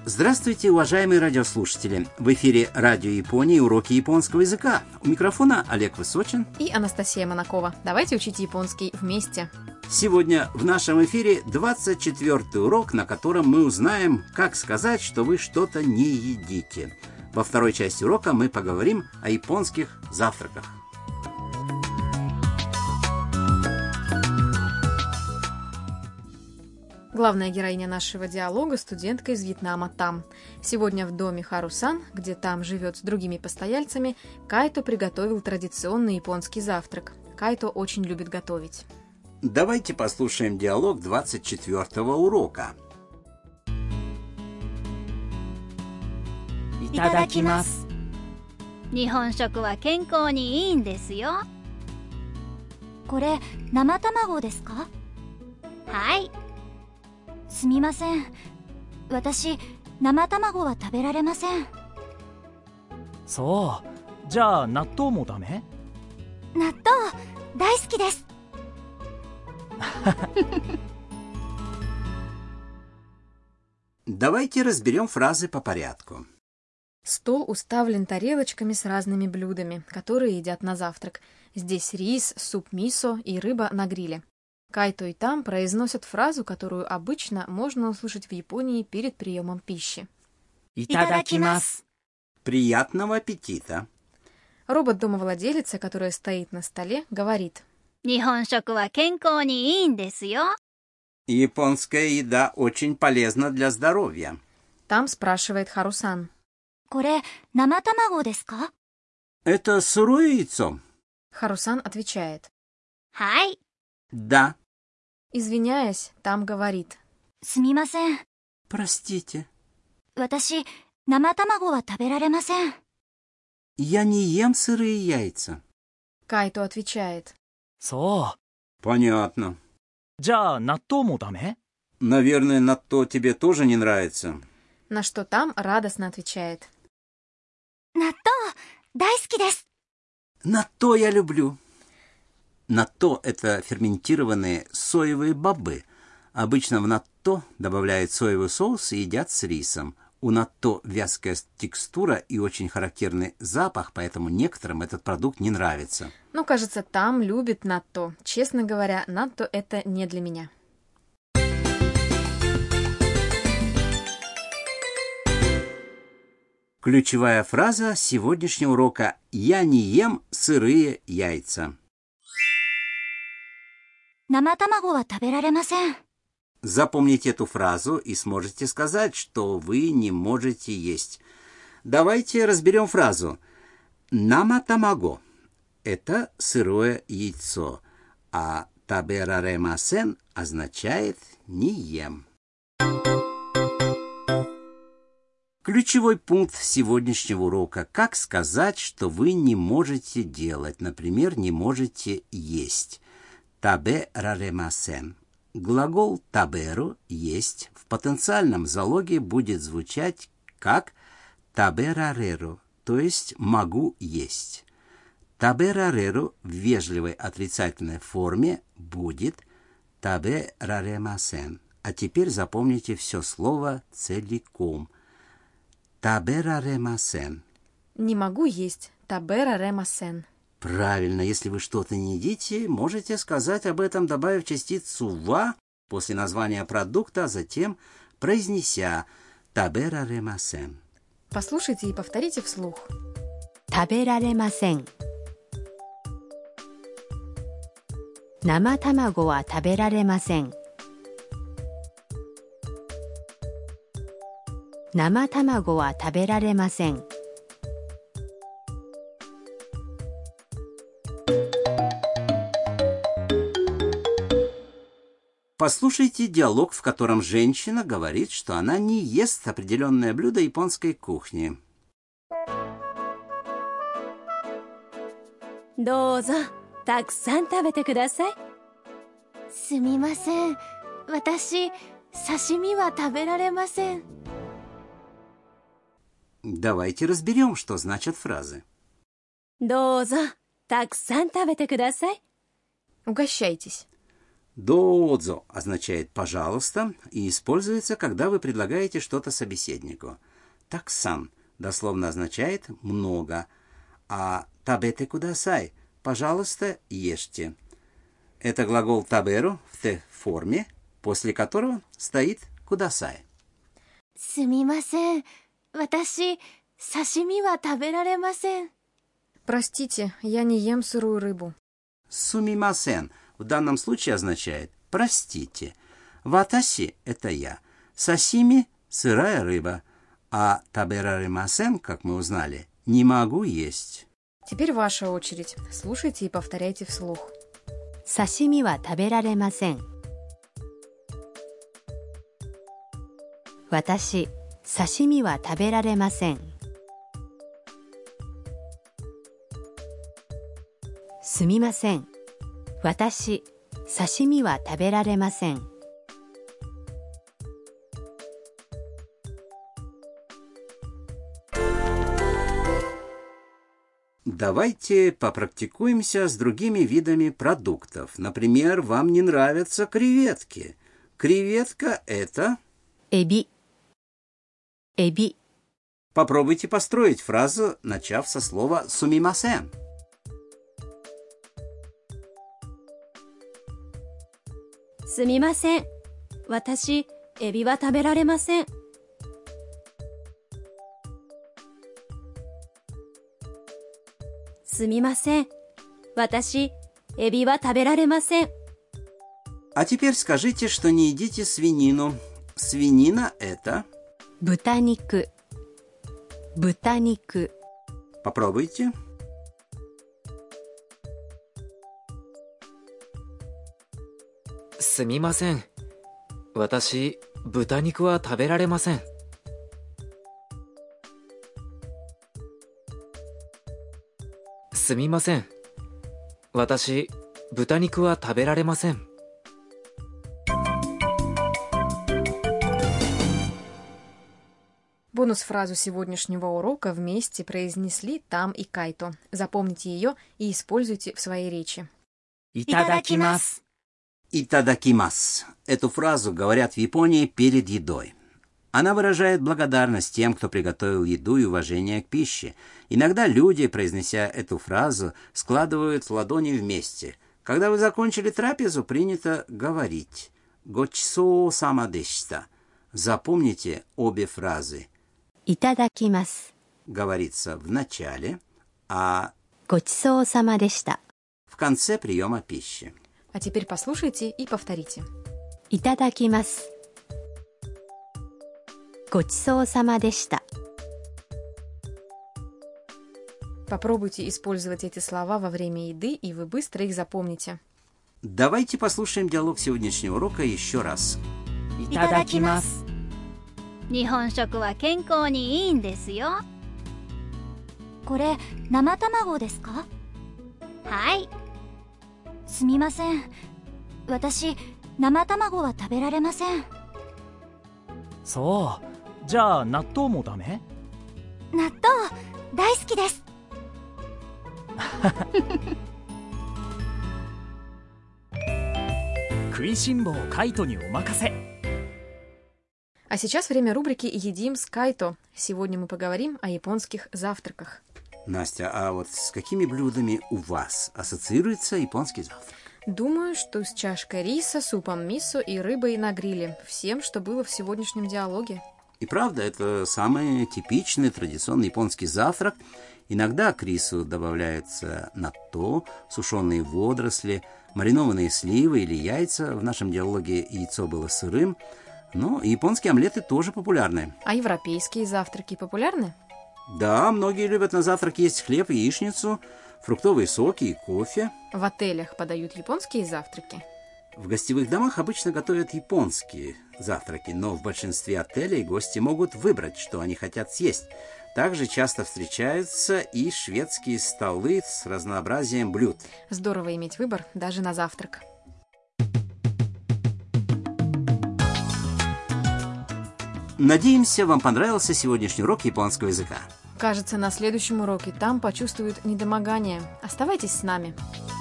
Здравствуйте, уважаемые радиослушатели! В эфире Радио Японии уроки японского языка. У микрофона Олег Высочин и Анастасия Монакова. Давайте учить японский вместе. Сегодня в нашем эфире 24-й урок, на котором мы узнаем, как сказать, что вы что-то не едите. Во второй части урока мы поговорим о японских завтраках. Главная героиня нашего диалога – студентка из Вьетнама Там. Сегодня в доме Харусан, где Там живет с другими постояльцами, Кайто приготовил традиционный японский завтрак. Кайто очень любит готовить. Давайте послушаем диалог 24-го урока. Итадакимасу. 日本食は健康にいいんですよ。 これ生卵ですか？ はい。 すみません。私生卵は食べられません。 そう。じゃあ納豆もダメ？ 納豆大好きです。 Давайте разберем фразы по порядку. Стол уставлен тарелочками с разными блюдами, которые едят на завтрак. Здесь рис, суп мисо и рыба на гриле. Кайто и Там произносят фразу, которую обычно можно услышать в Японии перед приемом пищи. Итадакимасу. Приятного аппетита! Робот-домовладелица, которая стоит на столе, говорит: 日本食は健康にいいんですよ。 Японская еда очень полезна для здоровья. Там спрашивает Харусан: これ生卵ですか？ Это сырое яйцо? Харусан отвечает: はい。 Да. Извиняясь, Там говорит: すみません。 Простите. 私生卵は食べられません。 Я не ем сырые яйца. Кайто отвечает: そう。 Понятно. じゃあ納豆もダメ？ Наверное, натто тебе тоже не нравится. На что Там радостно отвечает: 納豆大好きです。 Натто я люблю. Натто – это ферментированные соевые бобы. Обычно в натто добавляют соевый соус и едят с рисом. У натто вязкая текстура и очень характерный запах, поэтому некоторым этот продукт не нравится. Ну, кажется, Там любит натто. Честно говоря, натто – это не для меня. Ключевая фраза сегодняшнего урока – «Я не ем сырые яйца». 生卵は食べられません。 Запомните эту фразу и сможете сказать, что вы не можете есть. Давайте разберем фразу. Нама тамаго – это сырое яйцо, а табераремасен означает «не ем». Ключевой пункт сегодняшнего урока – как сказать, что вы не можете делать, например, не можете есть. Табераремасен. Глагол таберу – есть в потенциальном залоге будет звучать как таберареру, то есть могу есть. Таберареру в вежливой отрицательной форме будет табераремасен. А теперь запомните все слово целиком. Табераремасен. Не могу есть. Табераремасен. Правильно, если вы что-то не едите, можете сказать об этом, добавив частицу «ва» после названия продукта, а затем произнеся «табераремасен». Послушайте и повторите вслух. 食べられません。生卵は食べられません。生卵は食べられません。 Послушайте диалог, в котором женщина говорит, что она не ест определенное блюдо японской кухни. どうぞたくさん食べてください。 すみません。私刺身は食べられません。 Давайте разберем, что значат фразы. どうぞたくさん食べてください。 Угощайтесь. Доодзо означает «пожалуйста» и используется, когда вы предлагаете что-то собеседнику. Таксан дословно означает «много», а табете кудасай – «пожалуйста, ешьте». Это глагол таберу в «т» форме, после которого стоит кудасай. すみません。私、刺身は食べられません。 Простите, я не ем сырую рыбу. Сумимасен в данном случае означает «простите». Ватаси – это я. Сасими – сырая рыба. А табераремасен, как мы узнали, не могу есть. Теперь ваша очередь. Слушайте и повторяйте вслух. 刺身は食べられません。私、刺身は食べられません。すみません。私、刺身は食べられません。 Давайте попрактикуемся с другими видами продуктов. Например, вам не нравятся креветки. Креветка – это… エビ。エビ。 Попробуйте построить фразу, начав со слова «сумимасен». すみません。私、エビは食べられません。すみません。私、エビは食べられません。 А теперь скажите, что не едите свинину. Свинина – это… 豚肉。豚肉。 Попробуйте. すみません。私、豚肉は食べられません。すみません。私、豚肉は食べられません。 Бонус-фразу сегодняшнего урока вместе произнесли Там и Кайто. Запомните ее и используйте в своей речи. いただきます。 «Итадакимас». Эту фразу говорят в Японии перед едой. Она выражает благодарность тем, кто приготовил еду и уважение к пище. Иногда люди, произнеся эту фразу, складывают ладони вместе. Когда вы закончили трапезу, принято говорить «Гочисоо сама дешита». Запомните обе фразы. いただきます。 Говорится в начале, а ごちそうさまでした。 в конце приема пищи. А теперь послушайте и повторите. いただきます。ごちそうさまでした。 Попробуйте использовать эти слова во время еды, и вы быстро их запомните. Давайте послушаем диалог сегодняшнего урока еще раз. いただきます。 日本食は健康にいいんですよ。 これ、生卵ですか？ はい。 すみません。私、生卵は食べられません。 そう。じゃあ納豆もダメ？ 納豆、大好きです。 食いしん坊カイトにお任せ。 А сейчас время рубрики «Едим с Кайто». Сегодня мы поговорим о японских завтраках. Настя, а вот с какими блюдами у вас ассоциируется японский завтрак? Думаю, что с чашкой риса, супом мисо и рыбой на гриле. Всем, что было в сегодняшнем диалоге. И правда, это самый типичный традиционный японский завтрак. Иногда к рису добавляются натто, сушеные водоросли, маринованные сливы или яйца. В нашем диалоге яйцо было сырым. Но японские омлеты тоже популярны. А европейские завтраки популярны? Да, многие любят на завтрак есть хлеб, яичницу, фруктовые соки и кофе. В отелях подают японские завтраки. В гостевых домах обычно готовят японские завтраки, но в большинстве отелей гости могут выбрать, что они хотят съесть. Также часто встречаются и шведские столы с разнообразием блюд. Здорово иметь выбор даже на завтрак. Надеемся, вам понравился сегодняшний урок японского языка. Кажется, на следующем уроке там почувствуют недомогание. Оставайтесь с нами.